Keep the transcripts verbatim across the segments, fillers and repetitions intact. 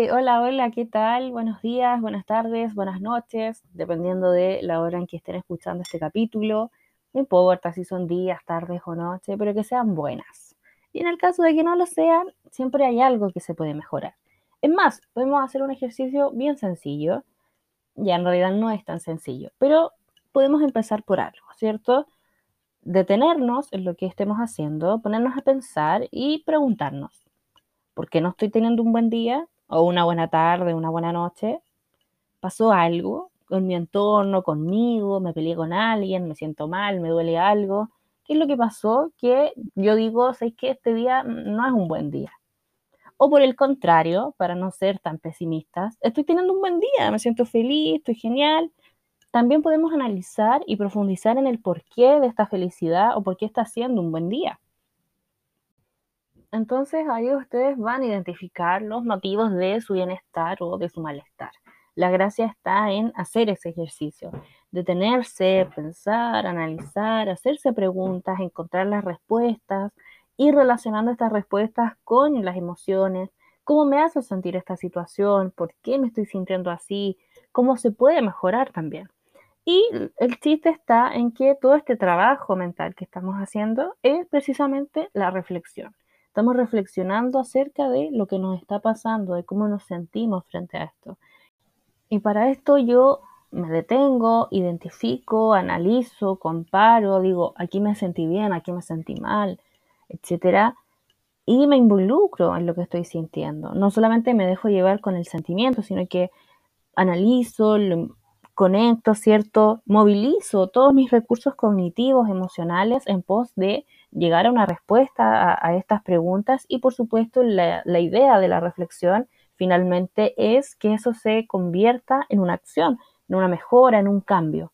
Hola, hola, ¿qué tal? Buenos días, buenas tardes, buenas noches, dependiendo de la hora en que estén escuchando este capítulo. No importa si son días, tardes o noches, pero que sean buenas. Y en el caso de que no lo sean, siempre hay algo que se puede mejorar. Es más, podemos hacer un ejercicio bien sencillo. Ya en realidad no es tan sencillo, pero podemos empezar por algo, ¿cierto? Detenernos en lo que estemos haciendo, ponernos a pensar y preguntarnos, ¿por qué no estoy teniendo un buen día? O una buena tarde, una buena noche. ¿Pasó algo con mi entorno, conmigo? ¿Me peleé con alguien? ¿Me siento mal? ¿Me duele algo? ¿Qué es lo que pasó? Que yo digo, ¿sabes qué? Este día no es un buen día. O por el contrario, para no ser tan pesimistas, estoy teniendo un buen día, me siento feliz, estoy genial. También podemos analizar y profundizar en el porqué de esta felicidad o por qué está siendo un buen día. Entonces ahí ustedes van a identificar los motivos de su bienestar o de su malestar. La gracia está en hacer ese ejercicio, detenerse, pensar, analizar, hacerse preguntas, encontrar las respuestas, ir relacionando estas respuestas con las emociones, cómo me hace sentir esta situación, por qué me estoy sintiendo así, cómo se puede mejorar también. Y el chiste está en que todo este trabajo mental que estamos haciendo es precisamente la reflexión. Estamos reflexionando acerca de lo que nos está pasando, de cómo nos sentimos frente a esto. Y para esto yo me detengo, identifico, analizo, comparo, digo, aquí me sentí bien, aquí me sentí mal, etcétera. Y me involucro en lo que estoy sintiendo. No solamente me dejo llevar con el sentimiento, sino que analizo, lo conecto, ¿cierto? Movilizo todos mis recursos cognitivos, emocionales en pos de llegar a una respuesta a, a estas preguntas y por supuesto la, la idea de la reflexión finalmente es que eso se convierta en una acción, en una mejora, en un cambio.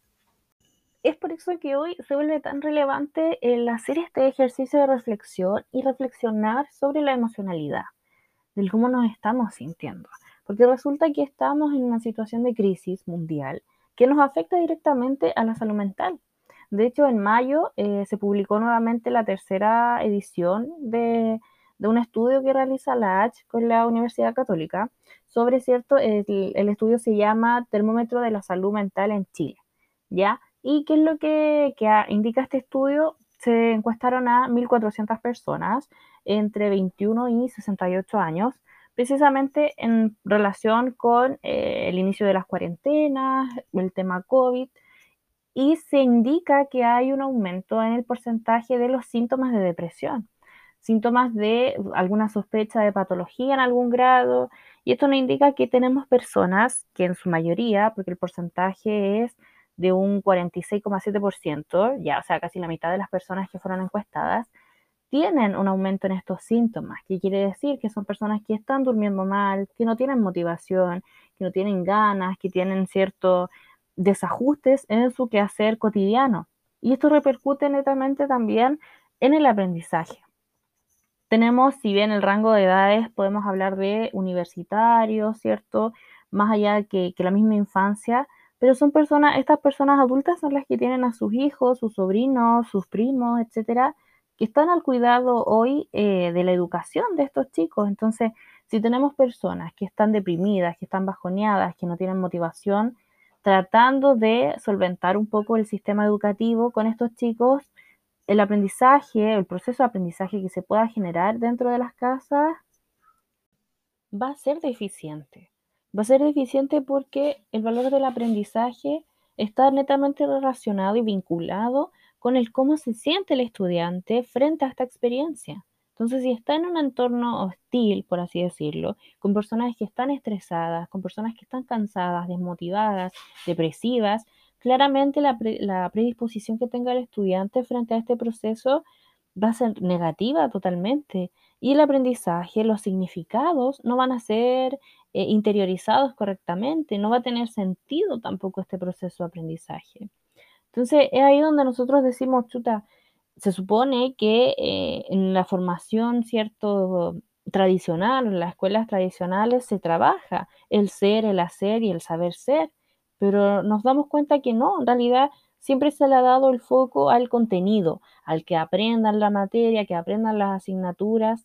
Es por eso que hoy se vuelve tan relevante el hacer este ejercicio de reflexión y reflexionar sobre la emocionalidad, del cómo nos estamos sintiendo. Porque resulta que estamos en una situación de crisis mundial que nos afecta directamente a la salud mental. De hecho, en mayo eh, se publicó nuevamente la tercera edición de, de, un estudio que realiza la H con la Universidad Católica sobre, cierto, el, el estudio se llama Termómetro de la Salud Mental en Chile, ¿ya? ¿Y qué es lo que, que indica este estudio? Se encuestaron a mil cuatrocientas personas entre veintiuno y sesenta y ocho años, precisamente en relación con eh, el inicio de las cuarentenas, el tema COVID, y se indica que hay un aumento en el porcentaje de los síntomas de depresión, síntomas de alguna sospecha de patología en algún grado, y esto nos indica que tenemos personas que en su mayoría, porque el porcentaje es de un cuarenta y seis coma siete por ciento, ya, o sea, casi la mitad de las personas que fueron encuestadas, tienen un aumento en estos síntomas, que quiere decir que son personas que están durmiendo mal, que no tienen motivación, que no tienen ganas, que tienen ciertos desajustes en su quehacer cotidiano. Y esto repercute netamente también en el aprendizaje. Tenemos, si bien el rango de edades, podemos hablar de universitarios, ¿cierto? Más allá que, que la misma infancia, pero son personas, estas personas adultas son las que tienen a sus hijos, sus sobrinos, sus primos, etcétera, que están al cuidado hoy eh, de la educación de estos chicos. Entonces, si tenemos personas que están deprimidas, que están bajoneadas, que no tienen motivación, tratando de solventar un poco el sistema educativo con estos chicos, el aprendizaje, el proceso de aprendizaje que se pueda generar dentro de las casas va a ser deficiente. Va a ser deficiente porque el valor del aprendizaje está netamente relacionado y vinculado con el cómo se siente el estudiante frente a esta experiencia. Entonces, si está en un entorno hostil, por así decirlo, con personas que están estresadas, con personas que están cansadas, desmotivadas, depresivas, claramente la, pre la predisposición que tenga el estudiante frente a este proceso va a ser negativa totalmente. Y el aprendizaje, los significados no van a ser eh, interiorizados correctamente, no va a tener sentido tampoco este proceso de aprendizaje. Entonces, es ahí donde nosotros decimos, chuta, se supone que eh, en la formación, cierto, tradicional, en las escuelas tradicionales se trabaja el ser, el hacer y el saber ser, pero nos damos cuenta que no, en realidad siempre se le ha dado el foco al contenido, al que aprendan la materia, que aprendan las asignaturas,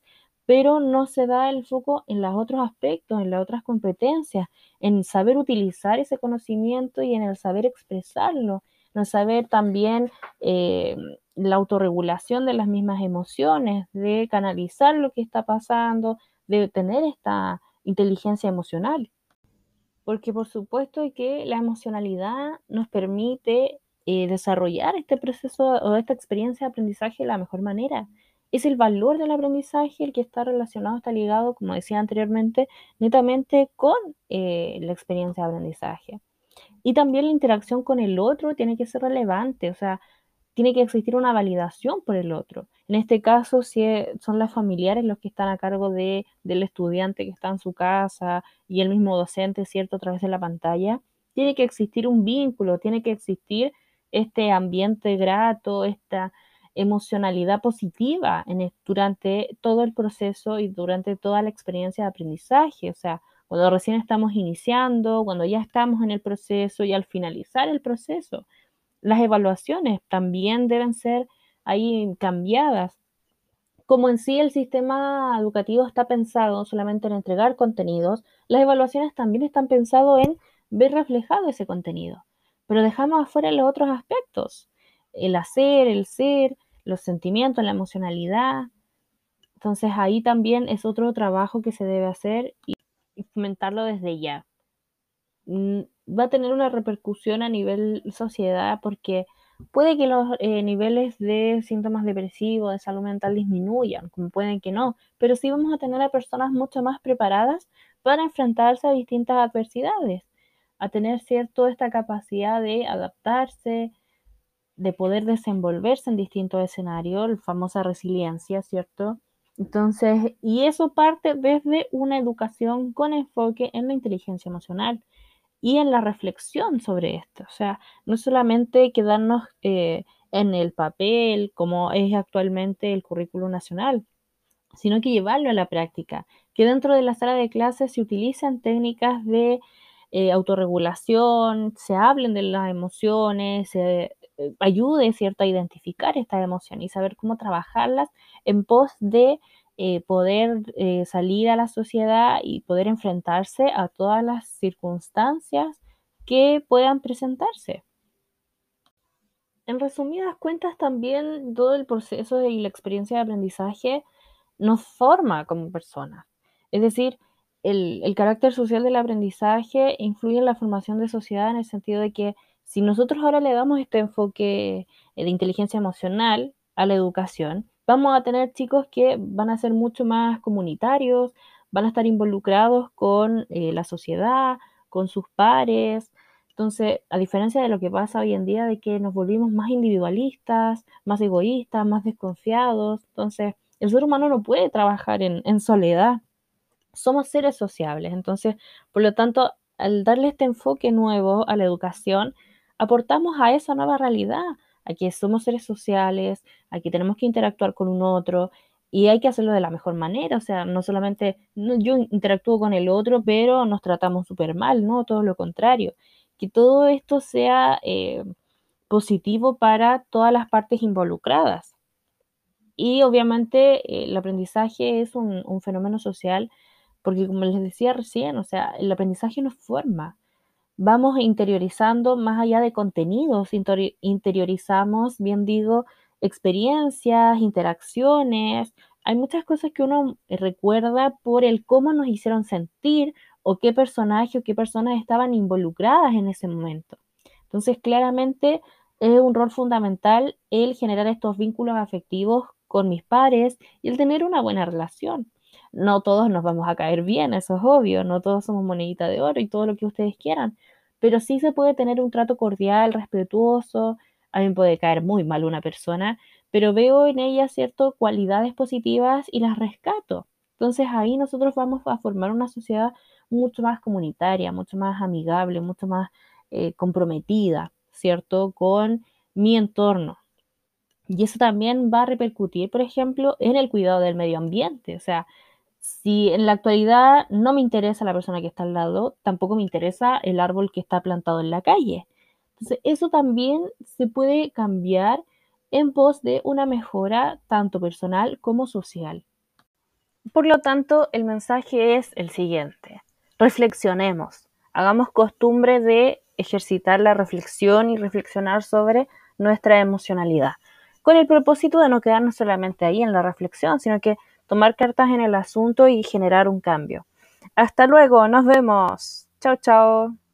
pero no se da el foco en los otros aspectos, en las otras competencias, en saber utilizar ese conocimiento y en el saber expresarlo, en el saber también eh, la autorregulación de las mismas emociones, de canalizar lo que está pasando, de tener esta inteligencia emocional. Porque por supuesto que la emocionalidad nos permite eh, desarrollar este proceso o esta experiencia de aprendizaje de la mejor manera. Es el valor del aprendizaje el que está relacionado, está ligado, como decía anteriormente, netamente con eh, la experiencia de aprendizaje. Y también la interacción con el otro tiene que ser relevante, o sea, tiene que existir una validación por el otro. En este caso, si son los familiares los que están a cargo de, del estudiante que está en su casa y el mismo docente, ¿cierto?, a través de la pantalla, tiene que existir un vínculo, tiene que existir este ambiente grato, esta emocionalidad positiva en el, durante todo el proceso y durante toda la experiencia de aprendizaje. O sea, cuando recién estamos iniciando, cuando ya estamos en el proceso y al finalizar el proceso. Las evaluaciones también deben ser ahí cambiadas. Como en sí el sistema educativo está pensado solamente en entregar contenidos, las evaluaciones también están pensadas en ver reflejado ese contenido. Pero dejamos afuera los otros aspectos, el hacer, el ser, los sentimientos, la emocionalidad. Entonces ahí también es otro trabajo que se debe hacer y fomentarlo desde ya. Va a tener una repercusión a nivel sociedad porque puede que los eh, niveles de síntomas depresivos, de salud mental disminuyan, como pueden que no, pero sí vamos a tener a personas mucho más preparadas para enfrentarse a distintas adversidades, a tener cierto esta capacidad de adaptarse, de poder desenvolverse en distintos escenarios, la famosa resiliencia, ¿cierto? Entonces, y eso parte desde una educación con enfoque en la inteligencia emocional y en la reflexión sobre esto. O sea, no solamente quedarnos eh, en el papel, como es actualmente el currículo nacional, sino que llevarlo a la práctica, que dentro de la sala de clases se utilizan técnicas de eh, autorregulación, se hablen de las emociones, se eh, ayude, ¿cierto?, a identificar estas emociones y saber cómo trabajarlas en pos de eh, poder eh, salir a la sociedad y poder enfrentarse a todas las circunstancias que puedan presentarse. En resumidas cuentas, también todo el proceso y la experiencia de aprendizaje nos forma como personas. Es decir, el, el carácter social del aprendizaje influye en la formación de sociedad en el sentido de que si nosotros ahora le damos este enfoque eh, de inteligencia emocional a la educación, vamos a tener chicos que van a ser mucho más comunitarios, van a estar involucrados con eh, la sociedad, con sus pares. Entonces, a diferencia de lo que pasa hoy en día, de que nos volvimos más individualistas, más egoístas, más desconfiados, entonces el ser humano no puede trabajar en, en soledad. Somos seres sociables. Entonces, por lo tanto, al darle este enfoque nuevo a la educación, aportamos a esa nueva realidad, a que somos seres sociales, a que tenemos que interactuar con un otro y hay que hacerlo de la mejor manera. O sea, no solamente no, yo interactúo con el otro, pero nos tratamos súper mal, ¿no? Todo lo contrario. Que todo esto sea eh, positivo para todas las partes involucradas. Y obviamente eh, el aprendizaje es un, un fenómeno social porque como les decía recién, o sea, el aprendizaje nos forma. Vamos interiorizando más allá de contenidos, intori- interiorizamos, bien digo, experiencias, interacciones. Hay muchas cosas que uno recuerda por el cómo nos hicieron sentir o qué personaje o qué personas estaban involucradas en ese momento. Entonces, claramente es un rol fundamental el generar estos vínculos afectivos con mis pares y el tener una buena relación. No todos nos vamos a caer bien, eso es obvio, no todos somos monedita de oro y todo lo que ustedes quieran, pero sí se puede tener un trato cordial, respetuoso. A mí me puede caer muy mal una persona, pero veo en ella, cierto, cualidades positivas y las rescato. Entonces ahí nosotros vamos a formar una sociedad mucho más comunitaria, mucho más amigable, mucho más eh, comprometida, ¿cierto?, con mi entorno. Y eso también va a repercutir, por ejemplo, en el cuidado del medio ambiente. O sea, si en la actualidad no me interesa la persona que está al lado, tampoco me interesa el árbol que está plantado en la calle. Entonces, eso también se puede cambiar en pos de una mejora tanto personal como social. Por lo tanto, el mensaje es el siguiente. Reflexionemos, hagamos costumbre de ejercitar la reflexión y reflexionar sobre nuestra emocionalidad, con el propósito de no quedarnos solamente ahí en la reflexión, sino que tomar cartas en el asunto y generar un cambio. Hasta luego, nos vemos. Chao, chao.